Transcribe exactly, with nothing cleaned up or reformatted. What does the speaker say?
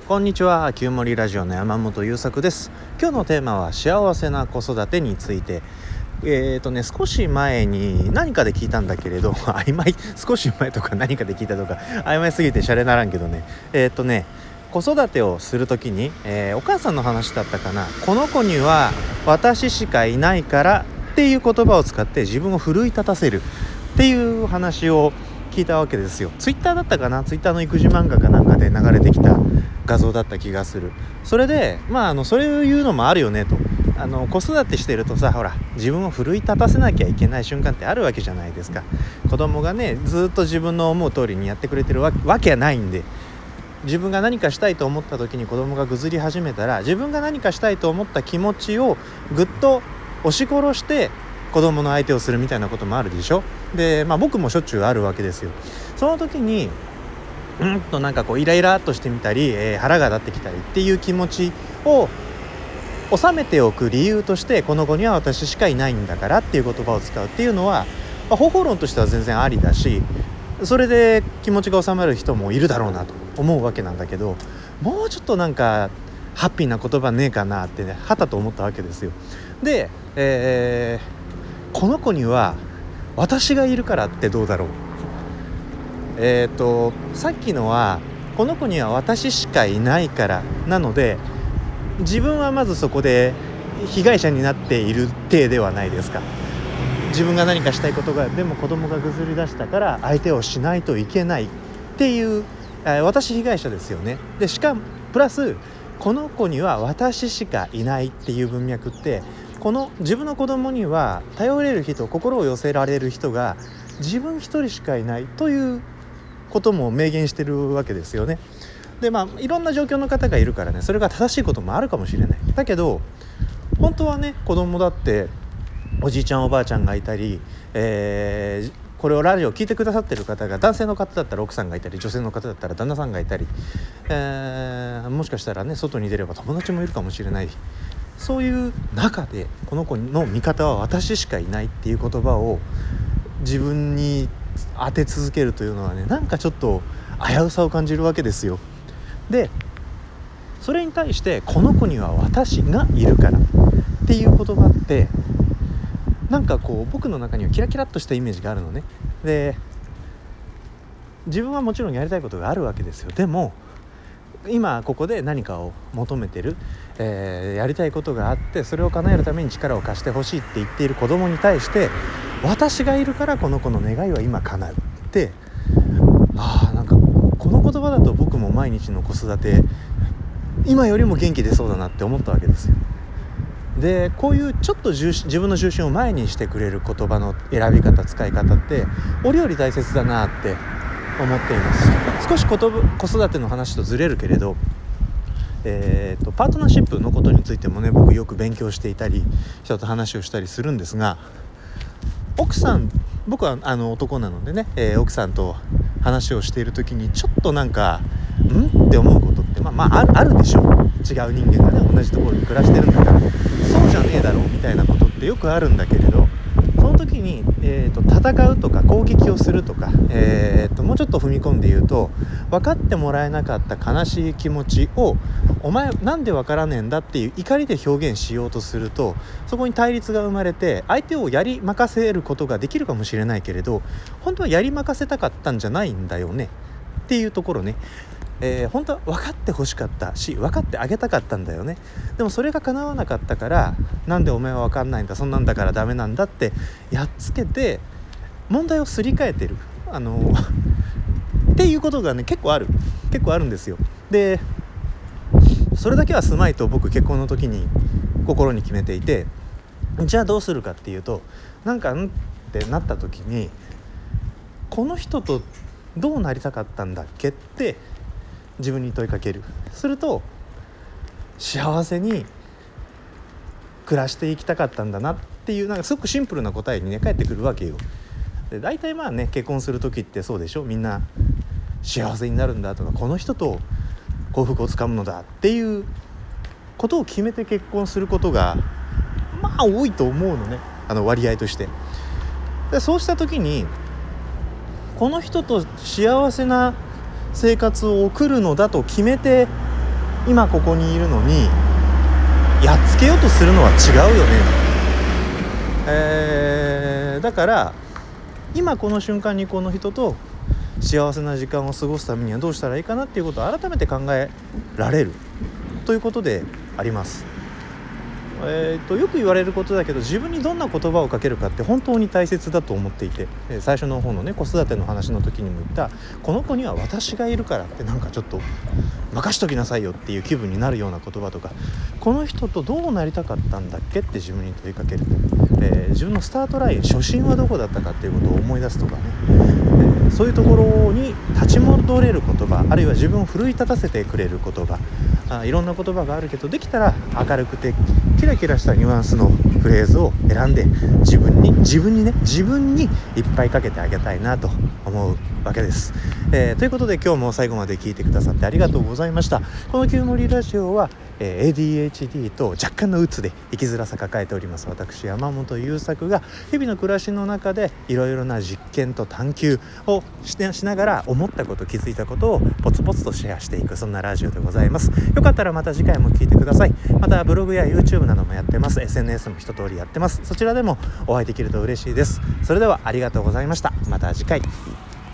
こんにちは、旧森ラジオの山本優作です。今日のテーマは幸せな子育てについて。えーとね少し前に何かで聞いたんだけれど曖昧少し前とか何かで聞いたとか曖昧すぎてシャレならんけどねえーとね子育てをするときに、えー、お母さんの話だったかな。この子には私しかいないからっていう言葉を使って自分を奮い立たせるっていう話を聞いたわけですよ。ツイッターだったかな。ツイッターの育児漫画かなんかで流れてきた画像だった気がする。それでまああのそういうのもあるよねと。あの子育てしてるとさ、ほら自分を奮い立たせなきゃいけない瞬間ってあるわけじゃないですか。子供がねずっと自分の思う通りにやってくれてるわけはないんで、自分が何かしたいと思った時に子供がぐずり始めたら、自分が何かしたいと思った気持ちをぐっと押し殺して子供の相手をするみたいなこともあるでしょ。で、まあ僕もしょっちゅうあるわけですよ。その時にうんとなんかこうイライラっとしてみたり、えー、腹が立ってきたりっていう気持ちを収めておく理由として、この子には私しかいないんだからっていう言葉を使うっていうのは、まあ、方法論としては全然ありだし、それで気持ちが収まる人もいるだろうなと思うわけなんだけど、もうちょっとなんかハッピーな言葉ねえかなってね、はたと思ったわけですよ。で、えー、この子には私がいるからってどうだろう。えーとさっきのはこの子には私しかいないからなので、自分はまずそこで被害者になっている体ではないですか。自分が何かしたいことが、でも子供がぐずり出したから相手をしないといけないっていう、えー、私被害者ですよね。でしかもプラスこの子には私しかいないっていう文脈って、この自分の子供には頼れる人、心を寄せられる人が自分一人しかいないということも明言してるわけですよね。でまあいろんな状況の方がいるからね、それが正しいこともあるかもしれない。だけど本当はね、子供だっておじいちゃんおばあちゃんがいたり、えー、これをラジオ聞いてくださってる方が男性の方だったら奥さんがいたり、女性の方だったら旦那さんがいたり、えー、もしかしたらね外に出れば友達もいるかもしれない。そういう中でこの子の味方は私しかいないっていう言葉を自分に当て続けるというのはね、なんかちょっと危うさを感じるわけですよ。でそれに対してこの子には私がいるからっていう言葉って、なんかこう僕の中にはキラキラっとしたイメージがあるのね。で自分はもちろんやりたいことがあるわけですよ。でも今ここで何かを求めてる、えー、やりたいことがあって、それを叶えるために力を貸してほしいって言っている子供に対して、私がいるからこの子の願いは今叶うって、あーなんかこの言葉だと僕も毎日の子育て今よりも元気出そうだなって思ったわけですよ。でこういうちょっと重心自分の重心を前にしてくれる言葉の選び方、使い方って折々大切だなって思っています。少しこと子育ての話とずれるけれど、えーと、パートナーシップのことについてもね、僕よく勉強していたり人と話をしたりするんですが、奥さん僕はあの男なのでね、えー、奥さんと話をしている時にちょっとなんかんって思うことってまあまあある、あるでしょう。違う人間がね同じところに暮らしてるんだからそうじゃねえだろうみたいなことってよくあるんだけれど、その時に、えーと、戦うとか攻撃をするとか、えーと、もうちょっと踏み込んで言うと、分かってもらえなかった悲しい気持ちをお前なんで分からねえんだっていう怒りで表現しようとすると、そこに対立が生まれて相手をやり任せることができるかもしれないけれど、本当はやり任せたかったんじゃないんだよねっていうところね。えー、本当は分かってほしかったし分かってあげたかったんだよね。でもそれが叶わなかったから、なんでお前は分かんないんだ、そんなんだからダメなんだってやっつけて問題をすり替えてる、あのー、っていうことがね結構ある結構あるんですよ。でそれだけはすまいと僕結婚の時に心に決めていて、じゃあどうするかっていうと、なんかんってなった時にこの人とどうなりたかったんだっけって自分に問いかける。すると幸せに暮らしていきたかったんだなっていう、なんかすごくシンプルな答えにね返ってくるわけよ。で大体まあね結婚する時ってそうでしょ。みんな幸せになるんだとか、この人と幸福をつかむのだっていうことを決めて結婚することがまあ多いと思うのね、あの割合として。でそうした時にこの人と幸せな生活を送るのだと決めて今ここにいるのにやっつけようとするのは違うよね、えー、だから今この瞬間にこの人と幸せな時間を過ごすためにはどうしたらいいかなっていうことを改めて考えられるということであります。えー、とよく言われることだけど、自分にどんな言葉をかけるかって本当に大切だと思っていて、最初の方のね子育ての話の時にも言った、この子には私がいるからってなんかちょっと任しときなさいよっていう気分になるような言葉とか、この人とどうなりたかったんだっけって自分に問いかける、えー、自分のスタートライン、初心はどこだったかっていうことを思い出すとかね、えー、そういうところに立ち戻れる言葉、あるいは自分を奮い立たせてくれる言葉、あいろんな言葉があるけど、できたら明るくてキラキラしたニュアンスのフレーズを選んで自分に自分にね自分にいっぱいかけてあげたいなと思うわけです、えー、ということで今日も最後まで聞いてくださってありがとうございました。このきゅう森ラジオは、えー、エーディーエイチディー と若干のうつで生きづらさ抱えております私山本優作が日々の暮らしの中でいろいろな実験と探求をしながら思ったこと、気づいたことをポツポツとシェアしていく、そんなラジオでございます。よかったらまた次回も聞いてください。またブログや YouTube などもやってます。 エスエヌエス も一通りやってます。そちらでもお会いできると嬉しいです。それではありがとうございました。また次回。